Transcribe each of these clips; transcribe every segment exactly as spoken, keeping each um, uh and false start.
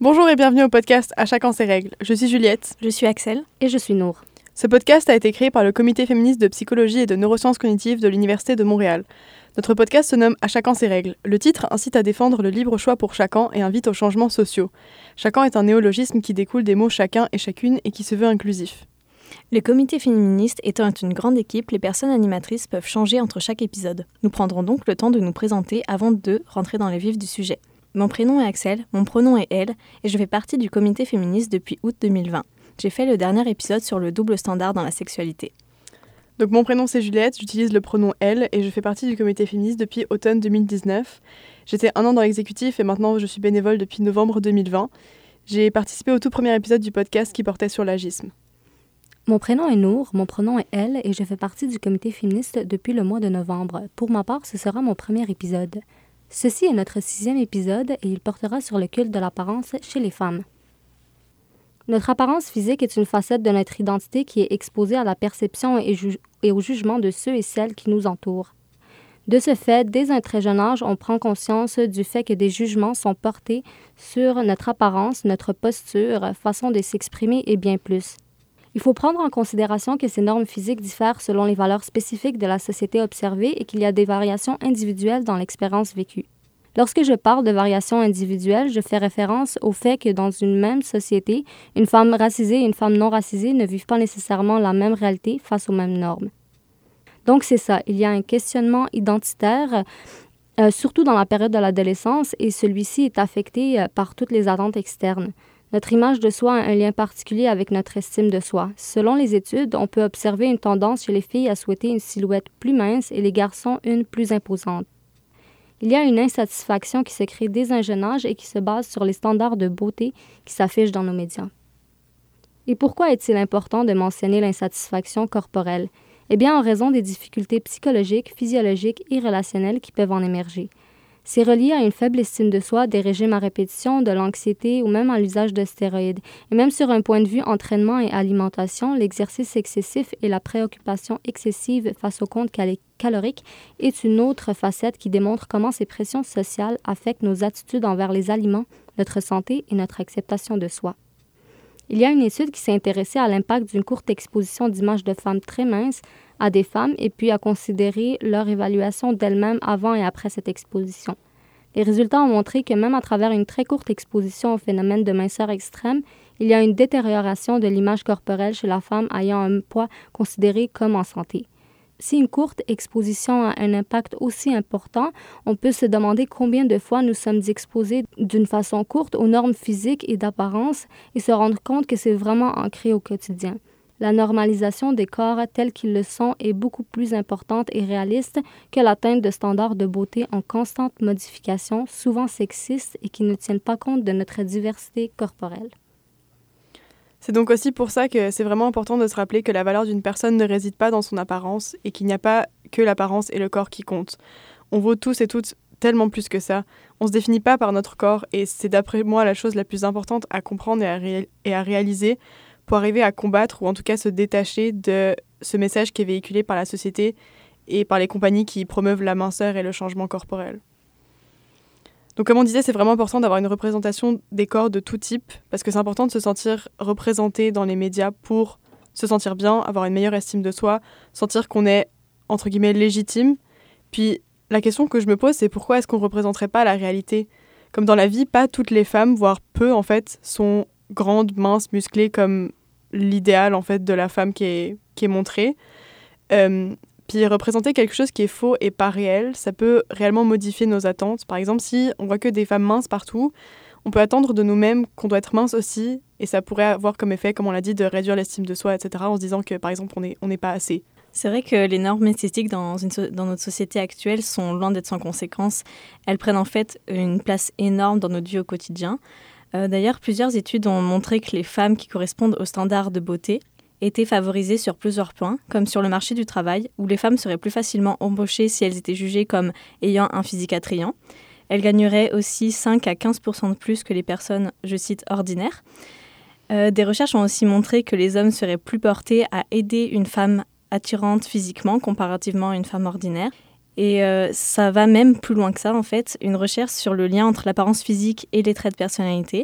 Bonjour et bienvenue au podcast À chacun ses règles. Je suis Juliette. Je suis Axel. Et je suis Nour. Ce podcast a été créé par le Comité féministe de psychologie et de neurosciences cognitives de l'Université de Montréal. Notre podcast se nomme À chacun ses règles. Le titre incite à défendre le libre choix pour chacun et invite aux changements sociaux. Chacun est un néologisme qui découle des mots chacun et chacune et qui se veut inclusif. Le comité féministe étant une grande équipe, les personnes animatrices peuvent changer entre chaque épisode. Nous prendrons donc le temps de nous présenter avant de rentrer dans le vif du sujet. Mon prénom est Axel, mon pronom est elle, et je fais partie du comité féministe depuis août deux mille vingt. J'ai fait le dernier épisode sur le double standard dans la sexualité. Donc mon prénom c'est Juliette, j'utilise le pronom elle et je fais partie du comité féministe depuis automne deux mille dix-neuf. J'étais un an dans l'exécutif et maintenant je suis bénévole depuis novembre deux mille vingt. J'ai participé au tout premier épisode du podcast qui portait sur l'agisme. Mon prénom est Nour, mon pronom est elle et je fais partie du comité féministe depuis le mois de novembre. Pour ma part, ce sera mon premier épisode. Ceci est notre sixième épisode et il portera sur le culte de l'apparence chez les femmes. Notre apparence physique est une facette de notre identité qui est exposée à la perception et, ju- et au jugement de ceux et celles qui nous entourent. De ce fait, dès un très jeune âge, on prend conscience du fait que des jugements sont portés sur notre apparence, notre posture, façon de s'exprimer et bien plus. Il faut prendre en considération que ces normes physiques diffèrent selon les valeurs spécifiques de la société observée et qu'il y a des variations individuelles dans l'expérience vécue. Lorsque je parle de variations individuelles, je fais référence au fait que dans une même société, une femme racisée et une femme non racisée ne vivent pas nécessairement la même réalité face aux mêmes normes. Donc c'est ça, il y a un questionnement identitaire, euh, surtout dans la période de l'adolescence, et celui-ci est affecté euh, par toutes les attentes externes. Notre image de soi a un lien particulier avec notre estime de soi. Selon les études, on peut observer une tendance chez les filles à souhaiter une silhouette plus mince et les garçons une plus imposante. Il y a une insatisfaction qui se crée dès un jeune âge et qui se base sur les standards de beauté qui s'affichent dans nos médias. Et pourquoi est-il important de mentionner l'insatisfaction corporelle? Eh bien, en raison des difficultés psychologiques, physiologiques et relationnelles qui peuvent en émerger. C'est relié à une faible estime de soi, des régimes à répétition, de l'anxiété ou même à l'usage de stéroïdes. Et même sur un point de vue entraînement et alimentation, l'exercice excessif et la préoccupation excessive face au compte cal- calorique est une autre facette qui démontre comment ces pressions sociales affectent nos attitudes envers les aliments, notre santé et notre acceptation de soi. Il y a une étude qui s'est intéressée à l'impact d'une courte exposition d'images de femmes très minces à des femmes et puis à considérer leur évaluation d'elles-mêmes avant et après cette exposition. Les résultats ont montré que même à travers une très courte exposition au phénomène de minceur extrême, il y a une détérioration de l'image corporelle chez la femme ayant un poids considéré comme en santé. Si une courte exposition a un impact aussi important, on peut se demander combien de fois nous sommes exposés d'une façon courte aux normes physiques et d'apparence et se rendre compte que c'est vraiment ancré au quotidien. La normalisation des corps tels qu'ils le sont est beaucoup plus importante et réaliste que l'atteinte de standards de beauté en constante modification, souvent sexistes et qui ne tiennent pas compte de notre diversité corporelle. C'est donc aussi pour ça que c'est vraiment important de se rappeler que la valeur d'une personne ne réside pas dans son apparence et qu'il n'y a pas que l'apparence et le corps qui comptent. On vaut tous et toutes tellement plus que ça. On ne se définit pas par notre corps et c'est d'après moi la chose la plus importante à comprendre et à, ré- et à réaliser pour arriver à combattre ou en tout cas se détacher de ce message qui est véhiculé par la société et par les compagnies qui promeuvent la minceur et le changement corporel. Donc comme on disait, c'est vraiment important d'avoir une représentation des corps de tout type parce que c'est important de se sentir représenté dans les médias pour se sentir bien, avoir une meilleure estime de soi, sentir qu'on est, entre guillemets, légitime. Puis la question que je me pose, c'est pourquoi est-ce qu'on ne représenterait pas la réalité? Comme dans la vie, pas toutes les femmes, voire peu en fait, sont grandes, minces, musclées comme l'idéal en fait de la femme qui est, qui est montrée. Euh, Puis représenter quelque chose qui est faux et pas réel, ça peut réellement modifier nos attentes. Par exemple, si on voit que des femmes minces partout, on peut attendre de nous-mêmes qu'on doit être mince aussi, et ça pourrait avoir comme effet, comme on l'a dit, de réduire l'estime de soi, et cetera, en se disant que, par exemple, on n'est on n'est pas assez. C'est vrai que les normes esthétiques dans, une so- dans notre société actuelle sont loin d'être sans conséquence. Elles prennent en fait une place énorme dans notre vie au quotidien. Euh, d'ailleurs, plusieurs études ont montré que les femmes qui correspondent aux standards de beauté étaient favorisées sur plusieurs points, comme sur le marché du travail, où les femmes seraient plus facilement embauchées si elles étaient jugées comme ayant un physique attrayant. Elles gagneraient aussi cinq à quinze pour cent de plus que les personnes, je cite, ordinaires. Euh, des recherches ont aussi montré que les hommes seraient plus portés à aider une femme attirante physiquement comparativement à une femme ordinaire. Et euh, ça va même plus loin que ça, en fait. Une recherche sur le lien entre l'apparence physique et les traits de personnalité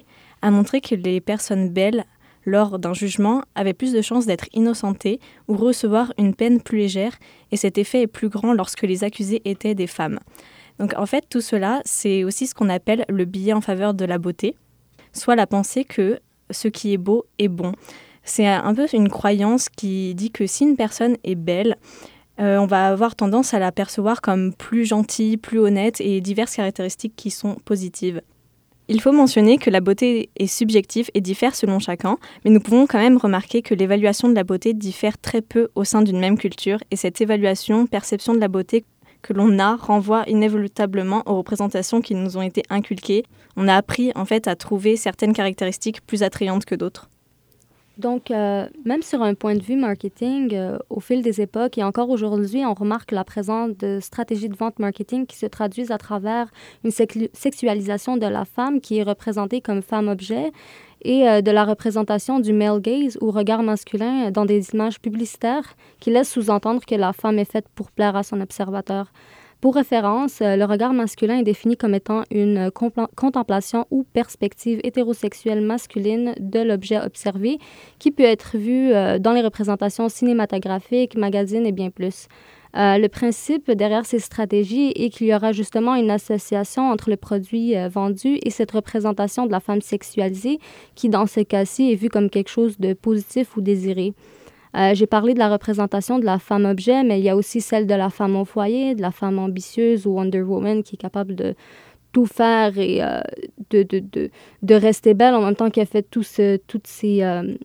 a montré que les personnes belles, lors d'un jugement, avaient plus de chances d'être innocentées ou recevoir une peine plus légère, et cet effet est plus grand lorsque les accusées étaient des femmes. Donc en fait, tout cela, c'est aussi ce qu'on appelle le biais en faveur de la beauté, soit la pensée que ce qui est beau est bon. C'est un peu une croyance qui dit que si une personne est belle, euh, on va avoir tendance à la percevoir comme plus gentille, plus honnête et diverses caractéristiques qui sont positives. Il faut mentionner que la beauté est subjective et diffère selon chacun, mais nous pouvons quand même remarquer que l'évaluation de la beauté diffère très peu au sein d'une même culture, et cette évaluation, perception de la beauté que l'on a renvoie inéluctablement aux représentations qui nous ont été inculquées. On a appris en fait à trouver certaines caractéristiques plus attrayantes que d'autres. Donc, euh, même sur un point de vue marketing, euh, au fil des époques et encore aujourd'hui, on remarque la présence de stratégies de vente marketing qui se traduisent à travers une sec- sexualisation de la femme qui est représentée comme femme-objet et euh, de la représentation du male gaze ou regard masculin dans des images publicitaires qui laissent sous-entendre que la femme est faite pour plaire à son observateur. Pour référence, le regard masculin est défini comme étant une compla- contemplation ou perspective hétérosexuelle masculine de l'objet observé qui peut être vu euh, dans les représentations cinématographiques, magazines et bien plus. Euh, le principe derrière ces stratégies est qu'il y aura justement une association entre le produit euh, vendu et cette représentation de la femme sexualisée qui, dans ce cas-ci, est vue comme quelque chose de positif ou désiré. Euh, j'ai parlé de la représentation de la femme-objet, mais il y a aussi celle de la femme au foyer, de la femme ambitieuse ou Wonder Woman qui est capable de tout faire et euh, de, de, de, de rester belle en même temps qu'elle fait tout ce, toutes ses, euh,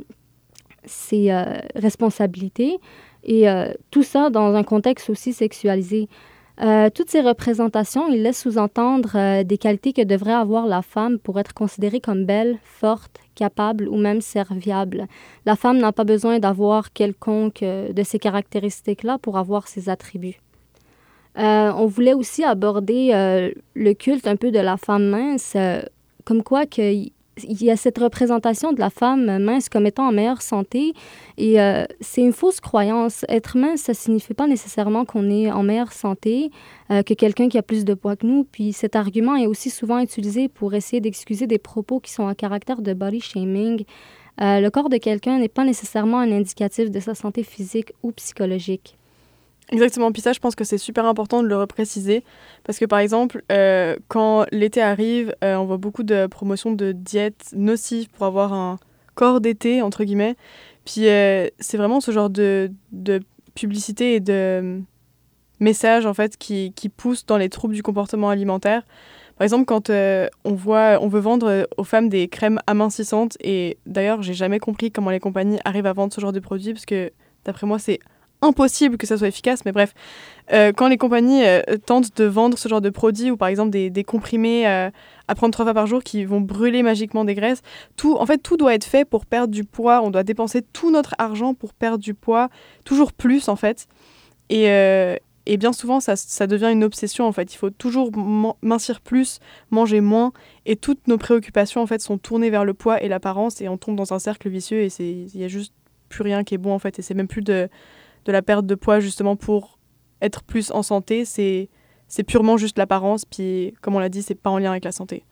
ses euh, responsabilités. Et euh, tout ça dans un contexte aussi sexualisé. Euh, toutes ces représentations, ils laissent sous-entendre euh, des qualités que devrait avoir la femme pour être considérée comme belle, forte, capable ou même serviable. La femme n'a pas besoin d'avoir quelconque euh, de ces caractéristiques-là pour avoir ces attributs. Euh, on voulait aussi aborder euh, le culte un peu de la femme mince, euh, comme quoi qu'il il y a cette représentation de la femme mince comme étant en meilleure santé. Et euh, c'est une fausse croyance. Être mince, ça ne signifie pas nécessairement qu'on est en meilleure santé euh, que quelqu'un qui a plus de poids que nous. Puis cet argument est aussi souvent utilisé pour essayer d'excuser des propos qui sont à caractère de body shaming. Euh, le corps de quelqu'un n'est pas nécessairement un indicatif de sa santé physique ou psychologique. Exactement, puis ça, je pense que c'est super important de le repréciser, parce que par exemple, euh, quand l'été arrive, euh, on voit beaucoup de promotions de diètes nocives pour avoir un corps d'été, entre guillemets, puis euh, c'est vraiment ce genre de, de publicité et de messages, en fait, qui, qui poussent dans les troubles du comportement alimentaire. Par exemple, quand euh, on, voit, on veut vendre aux femmes des crèmes amincissantes, et d'ailleurs, j'ai jamais compris comment les compagnies arrivent à vendre ce genre de produits, parce que d'après moi, c'est impossible que ça soit efficace, mais bref, euh, quand les compagnies euh, tentent de vendre ce genre de produits ou par exemple des, des comprimés euh, à prendre trois fois par jour qui vont brûler magiquement des graisses, tout, en fait, tout doit être fait pour perdre du poids, on doit dépenser tout notre argent pour perdre du poids, toujours plus en fait, et, euh, et bien souvent ça, ça devient une obsession en fait, il faut toujours man- mincir plus, manger moins, et toutes nos préoccupations en fait sont tournées vers le poids et l'apparence, et on tombe dans un cercle vicieux, et il y a juste plus rien qui est bon en fait, et c'est même plus de de la perte de poids justement pour être plus en santé, c'est, c'est purement juste l'apparence, puis comme on l'a dit, c'est pas en lien avec la santé.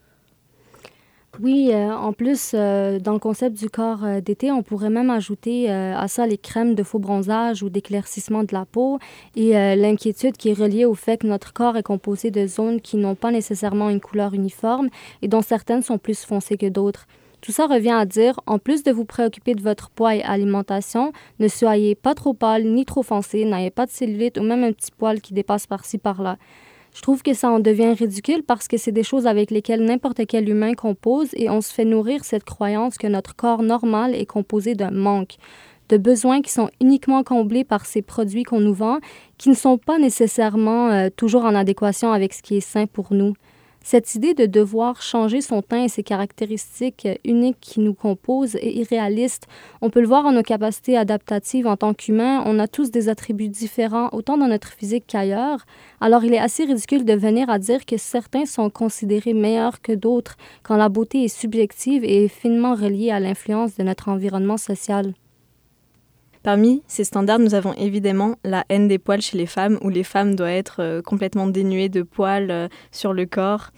Oui, euh, en plus, euh, dans le concept du corps euh, d'été, on pourrait même ajouter euh, à ça les crèmes de faux bronzage ou d'éclaircissement de la peau et euh, l'inquiétude qui est reliée au fait que notre corps est composé de zones qui n'ont pas nécessairement une couleur uniforme et dont certaines sont plus foncées que d'autres. Tout ça revient à dire, en plus de vous préoccuper de votre poids et alimentation, ne soyez pas trop pâle ni trop foncé, n'ayez pas de cellulite ou même un petit poil qui dépasse par-ci par-là. Je trouve que ça en devient ridicule parce que c'est des choses avec lesquelles n'importe quel humain compose et on se fait nourrir cette croyance que notre corps normal est composé d'un manque, de besoins qui sont uniquement comblés par ces produits qu'on nous vend, qui ne sont pas nécessairement euh, toujours en adéquation avec ce qui est sain pour nous. Cette idée de devoir changer son teint et ses caractéristiques uniques qui nous composent est irréaliste. On peut le voir en nos capacités adaptatives en tant qu'humains. On a tous des attributs différents, autant dans notre physique qu'ailleurs. Alors, il est assez ridicule de venir à dire que certains sont considérés meilleurs que d'autres quand la beauté est subjective et est finement reliée à l'influence de notre environnement social. Parmi ces standards, nous avons évidemment la haine des poils chez les femmes, où les femmes doivent être euh, complètement dénuées de poils euh, sur le corps.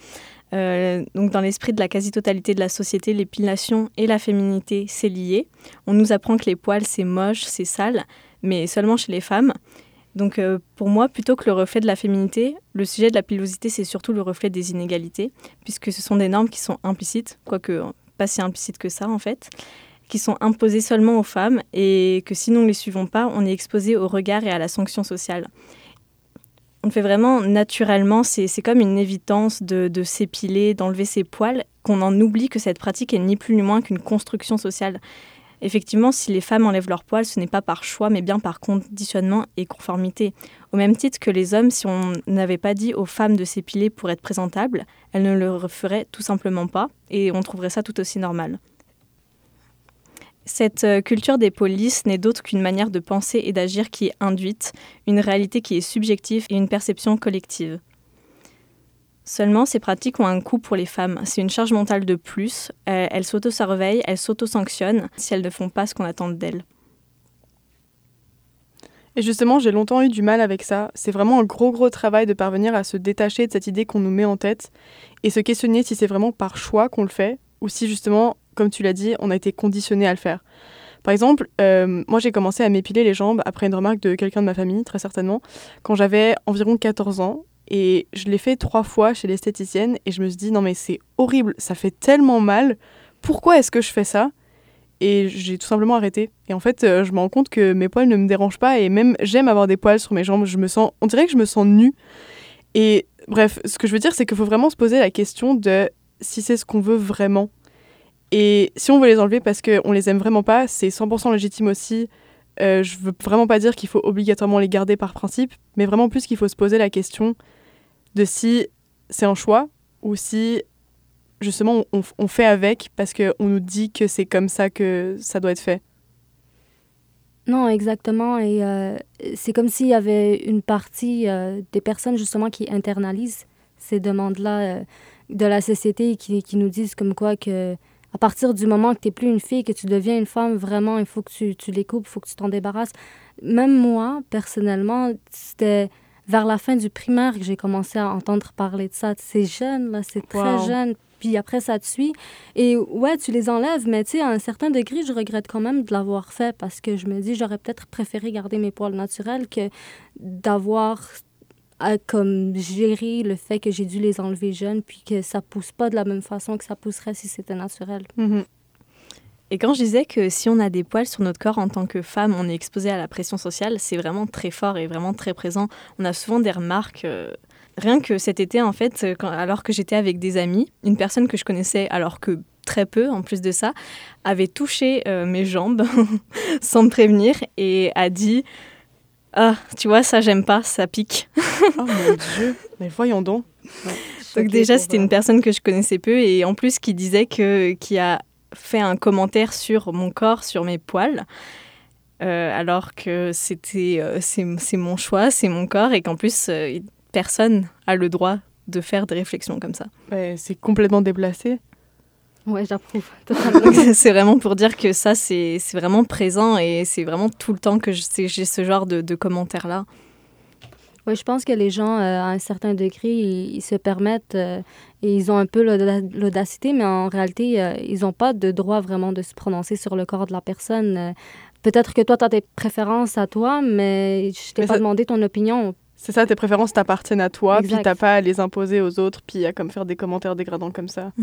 Euh, donc dans l'esprit de la quasi-totalité de la société, l'épilation et la féminité, c'est lié. On nous apprend que les poils, c'est moche, c'est sale, mais seulement chez les femmes. Donc euh, pour moi, plutôt que le reflet de la féminité, le sujet de la pilosité, c'est surtout le reflet des inégalités, puisque ce sont des normes qui sont implicites, quoique pas si implicites que ça en fait, qui sont imposées seulement aux femmes et que si nous ne les suivons pas, on est exposé au regard et à la sanction sociale. On le fait vraiment naturellement, c'est, c'est comme une évidence de, de s'épiler, d'enlever ses poils, qu'on en oublie que cette pratique est ni plus ni moins qu'une construction sociale. Effectivement, si les femmes enlèvent leurs poils, ce n'est pas par choix, mais bien par conditionnement et conformité. Au même titre que les hommes, si on n'avait pas dit aux femmes de s'épiler pour être présentables, elles ne le feraient tout simplement pas, et on trouverait ça tout aussi normal. Cette culture des polices n'est d'autre qu'une manière de penser et d'agir qui est induite, une réalité qui est subjective et une perception collective. Seulement, ces pratiques ont un coût pour les femmes. C'est une charge mentale de plus. Elles, elles s'auto-surveillent, elles s'auto-sanctionnent si elles ne font pas ce qu'on attend d'elles. Et justement, j'ai longtemps eu du mal avec ça. C'est vraiment un gros, gros travail de parvenir à se détacher de cette idée qu'on nous met en tête et se questionner si c'est vraiment par choix qu'on le fait ou si justement, comme tu l'as dit, on a été conditionné à le faire. Par exemple, euh, moi j'ai commencé à m'épiler les jambes après une remarque de quelqu'un de ma famille, très certainement, quand j'avais environ quatorze ans. Et je l'ai fait trois fois chez l'esthéticienne et je me suis dit, non mais c'est horrible, ça fait tellement mal, pourquoi est-ce que je fais ça ? Et j'ai tout simplement arrêté. Et en fait, euh, je me rends compte que mes poils ne me dérangent pas et même j'aime avoir des poils sur mes jambes, je me sens, on dirait que je me sens nue. Et bref, ce que je veux dire, c'est qu'il faut vraiment se poser la question de si c'est ce qu'on veut vraiment. Et si on veut les enlever parce qu'on les aime vraiment pas, c'est cent pour cent légitime aussi. Euh, je veux vraiment pas dire qu'il faut obligatoirement les garder par principe, mais vraiment plus qu'il faut se poser la question de si c'est un choix ou si justement on, on fait avec parce qu'on nous dit que c'est comme ça que ça doit être fait. Non, exactement. Et euh, c'est comme s'il y avait une partie euh, des personnes justement qui internalisent ces demandes-là euh, de la société et qui, qui nous disent comme quoi que à partir du moment que tu n'es plus une fille, que tu deviens une femme, vraiment, il faut que tu, tu les coupes, il faut que tu t'en débarrasses. Même moi, personnellement, c'était vers la fin du primaire que j'ai commencé à entendre parler de ça. C'est jeune, là, c'est très Wow. jeune. Puis après, ça te suit. Et ouais, tu les enlèves, mais tu sais, à un certain degré, je regrette quand même de l'avoir fait parce que je me dis, j'aurais peut-être préféré garder mes poils naturels que d'avoir à comme gérer le fait que j'ai dû les enlever jeunes puis que ça pousse pas de la même façon que ça pousserait si c'était naturel. Mm-hmm. Et quand je disais que si on a des poils sur notre corps en tant que femme, on est exposé à la pression sociale, c'est vraiment très fort et vraiment très présent. On a souvent des remarques. Euh, rien que cet été, en fait, quand, alors que j'étais avec des amis, une personne que je connaissais alors que très peu, en plus de ça, avait touché euh, mes jambes sans me prévenir et a dit « Ah, tu vois, ça, j'aime pas, ça pique. » Oh mon Dieu, mais voyons donc. Ouais. Donc déjà, c'était une personne que je connaissais peu et en plus qui disait que, qui a fait un commentaire sur mon corps, sur mes poils, euh, alors que c'était, euh, c'est, c'est mon choix, c'est mon corps et qu'en plus, euh, personne a le droit de faire des réflexions comme ça. Ouais, c'est complètement déplacé. Ouais, j'approuve. Donc, c'est vraiment pour dire que ça, c'est, c'est vraiment présent et c'est vraiment tout le temps que je, c'est, j'ai ce genre de, de commentaires-là. Oui, je pense que les gens, euh, à un certain degré, ils, ils se permettent euh, et ils ont un peu l'auda- l'audacité, mais en réalité, euh, ils n'ont pas de droit vraiment de se prononcer sur le corps de la personne. Euh, peut-être que toi, tu as des préférences à toi, mais je t'ai Mais pas ça- demandé ton opinion. C'est ça, tes préférences t'appartiennent à toi, Exact. puis t'as pas à les imposer aux autres, puis à comme faire des commentaires dégradants comme ça.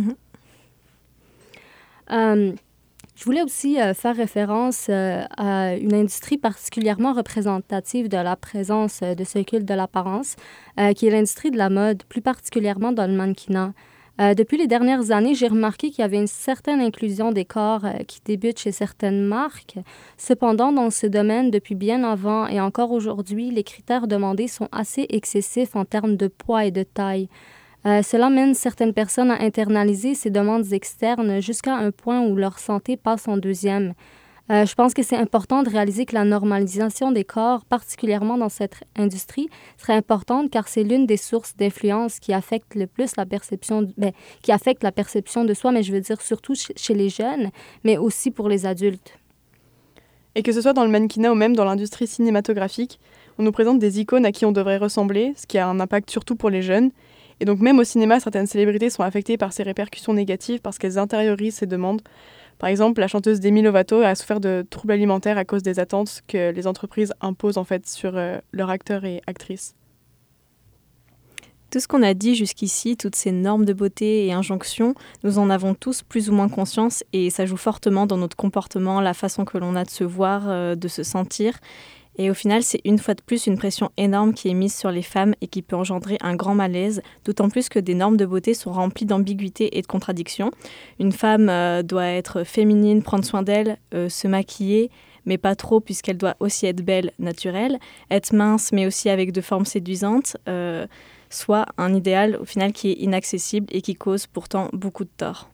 Euh, je voulais aussi euh, faire référence euh, à une industrie particulièrement représentative de la présence euh, de ce culte de l'apparence, euh, qui est l'industrie de la mode, plus particulièrement dans le mannequinat. Euh, depuis les dernières années, j'ai remarqué qu'il y avait une certaine inclusion des corps euh, qui débute chez certaines marques. Cependant, dans ce domaine, depuis bien avant et encore aujourd'hui, les critères demandés sont assez excessifs en termes de poids et de taille. Euh, cela mène certaines personnes à internaliser ces demandes externes jusqu'à un point où leur santé passe en deuxième. Euh, je pense que c'est important de réaliser que la normalisation des corps, particulièrement dans cette industrie, serait importante car c'est l'une des sources d'influence qui affecte le plus la perception, ben, qui affecte la perception de soi, mais je veux dire surtout ch- chez les jeunes, mais aussi pour les adultes. Et que ce soit dans le mannequinat ou même dans l'industrie cinématographique, on nous présente des icônes à qui on devrait ressembler, ce qui a un impact surtout pour les jeunes. Et donc même au cinéma, certaines célébrités sont affectées par ces répercussions négatives parce qu'elles intériorisent ces demandes. Par exemple, la chanteuse Demi Lovato a souffert de troubles alimentaires à cause des attentes que les entreprises imposent en fait sur euh, leurs acteurs et actrices. Tout ce qu'on a dit jusqu'ici, toutes ces normes de beauté et injonctions, nous en avons tous plus ou moins conscience et ça joue fortement dans notre comportement, la façon que l'on a de se voir, euh, de se sentir. Et au final, c'est une fois de plus une pression énorme qui est mise sur les femmes et qui peut engendrer un grand malaise, d'autant plus que des normes de beauté sont remplies d'ambiguïté et de contradictions. Une femme euh, doit être féminine, prendre soin d'elle, euh, se maquiller, mais pas trop puisqu'elle doit aussi être belle, naturelle, être mince mais aussi avec de formes séduisantes, euh, soit un idéal au final qui est inaccessible et qui cause pourtant beaucoup de tort.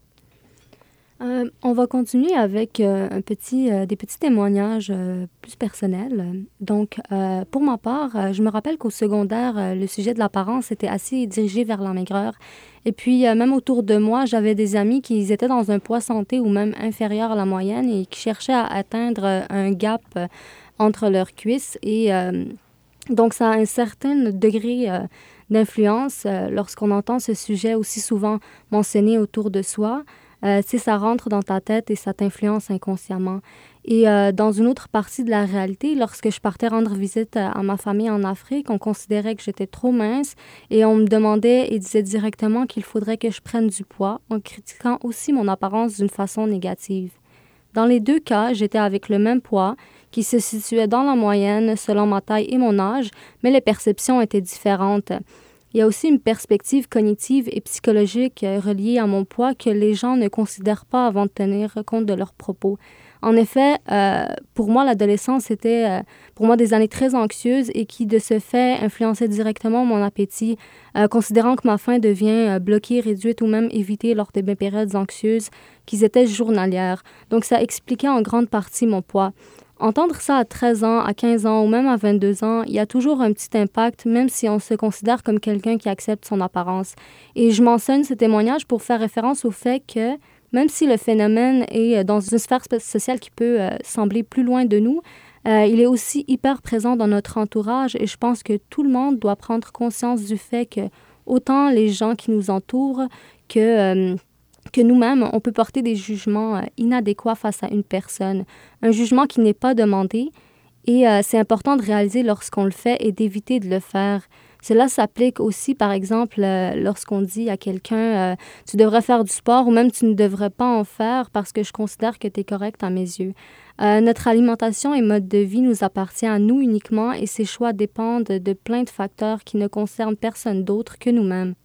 Euh, on va continuer avec euh, un petit, euh, des petits témoignages euh, plus personnels. Donc, euh, pour ma part, euh, je me rappelle qu'au secondaire, euh, le sujet de l'apparence était assez dirigé vers la maigreur. Et puis, euh, même autour de moi, j'avais des amis qui étaient dans un poids santé ou même inférieur à la moyenne et qui cherchaient à atteindre euh, un gap euh, entre leurs cuisses. Et euh, donc, ça a un certain degré euh, d'influence euh, lorsqu'on entend ce sujet aussi souvent mentionné autour de soi. Euh, si ça rentre dans ta tête et ça t'influence inconsciemment. Et euh, dans une autre partie de la réalité, lorsque je partais rendre visite à ma famille en Afrique, on considérait que j'étais trop mince et on me demandait et disait directement qu'il faudrait que je prenne du poids en critiquant aussi mon apparence d'une façon négative. Dans les deux cas, j'étais avec le même poids qui se situait dans la moyenne selon ma taille et mon âge, mais les perceptions étaient différentes. Il y a aussi une perspective cognitive et psychologique reliée à mon poids que les gens ne considèrent pas avant de tenir compte de leurs propos. En effet, euh, pour moi, l'adolescence était euh, pour moi des années très anxieuses et qui, de ce fait, influençaient directement mon appétit, euh, considérant que ma faim devient euh, bloquée, réduite ou même évitée lors de mes périodes anxieuses, qui étaient journalières. Donc, ça expliquait en grande partie mon poids. Entendre ça à treize ans, à quinze ans ou même à vingt-deux ans, il y a toujours un petit impact, même si on se considère comme quelqu'un qui accepte son apparence. Et je mentionne ce témoignage pour faire référence au fait que, même si le phénomène est dans une sphère sociale qui peut euh, sembler plus loin de nous, euh, il est aussi hyper présent dans notre entourage et je pense que tout le monde doit prendre conscience du fait que autant les gens qui nous entourent que... Euh, que nous-mêmes, on peut porter des jugements euh, inadéquats face à une personne, un jugement qui n'est pas demandé, et euh, c'est important de réaliser lorsqu'on le fait et d'éviter de le faire. Cela s'applique aussi, par exemple, euh, lorsqu'on dit à quelqu'un euh, « tu devrais faire du sport » ou même « tu ne devrais pas en faire parce que je considère que tu es correct à mes yeux ». Euh, notre alimentation et mode de vie nous appartient à nous uniquement et ces choix dépendent de plein de facteurs qui ne concernent personne d'autre que nous-mêmes.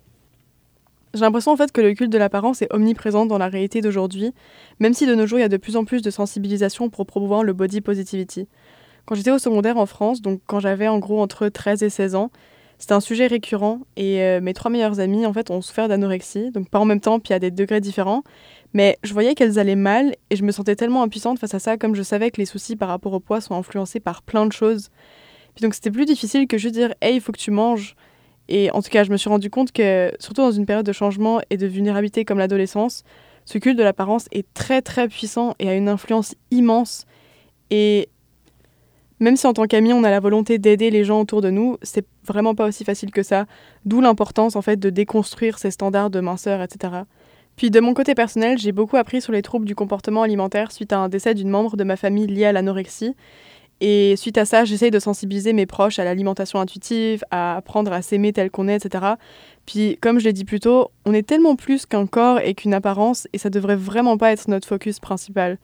J'ai l'impression en fait que le culte de l'apparence est omniprésent dans la réalité d'aujourd'hui, même si de nos jours il y a de plus en plus de sensibilisation pour promouvoir le body positivity. Quand j'étais au secondaire en France, donc quand j'avais en gros entre treize et seize ans, c'était un sujet récurrent et euh, mes trois meilleures amies en fait ont souffert d'anorexie, donc pas en même temps puis à des degrés différents, mais je voyais qu'elles allaient mal et je me sentais tellement impuissante face à ça comme je savais que les soucis par rapport au poids sont influencés par plein de choses. Puis donc c'était plus difficile que juste dire « hey, il faut que tu manges ». Et en tout cas, je me suis rendu compte que, surtout dans une période de changement et de vulnérabilité comme l'adolescence, ce culte de l'apparence est très très puissant et a une influence immense. Et même si en tant qu'amis, on a la volonté d'aider les gens autour de nous, c'est vraiment pas aussi facile que ça. D'où l'importance en fait de déconstruire ces standards de minceur, et cetera. Puis de mon côté personnel, j'ai beaucoup appris sur les troubles du comportement alimentaire suite à un décès d'une membre de ma famille liée à l'anorexie. Et suite à ça, j'essaye de sensibiliser mes proches à l'alimentation intuitive, à apprendre à s'aimer tel qu'on est, et cetera. Puis, comme je l'ai dit plus tôt, on est tellement plus qu'un corps et qu'une apparence, et ça devrait vraiment pas être notre focus principal.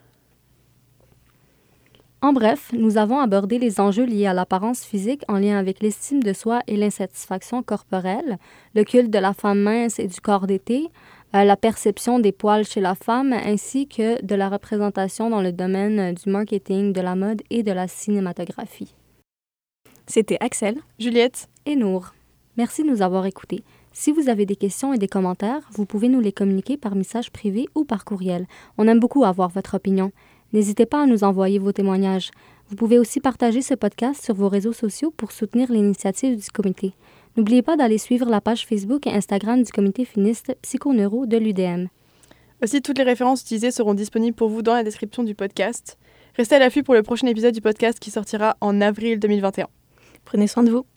En bref, nous avons abordé les enjeux liés à l'apparence physique en lien avec l'estime de soi et l'insatisfaction corporelle, le culte de la femme mince et du corps d'été, euh, la perception des poils chez la femme, ainsi que de la représentation dans le domaine du marketing, de la mode et de la cinématographie. C'était Axel, Juliette et Nour. Merci de nous avoir écoutés. Si vous avez des questions et des commentaires, vous pouvez nous les communiquer par message privé ou par courriel. On aime beaucoup avoir votre opinion. N'hésitez pas à nous envoyer vos témoignages. Vous pouvez aussi partager ce podcast sur vos réseaux sociaux pour soutenir l'initiative du comité. N'oubliez pas d'aller suivre la page Facebook et Instagram du comité féministe Psychoneuro de l'U D M. Aussi, toutes les références utilisées seront disponibles pour vous dans la description du podcast. Restez à l'affût pour le prochain épisode du podcast qui sortira en avril deux mille vingt et un. Prenez soin de vous.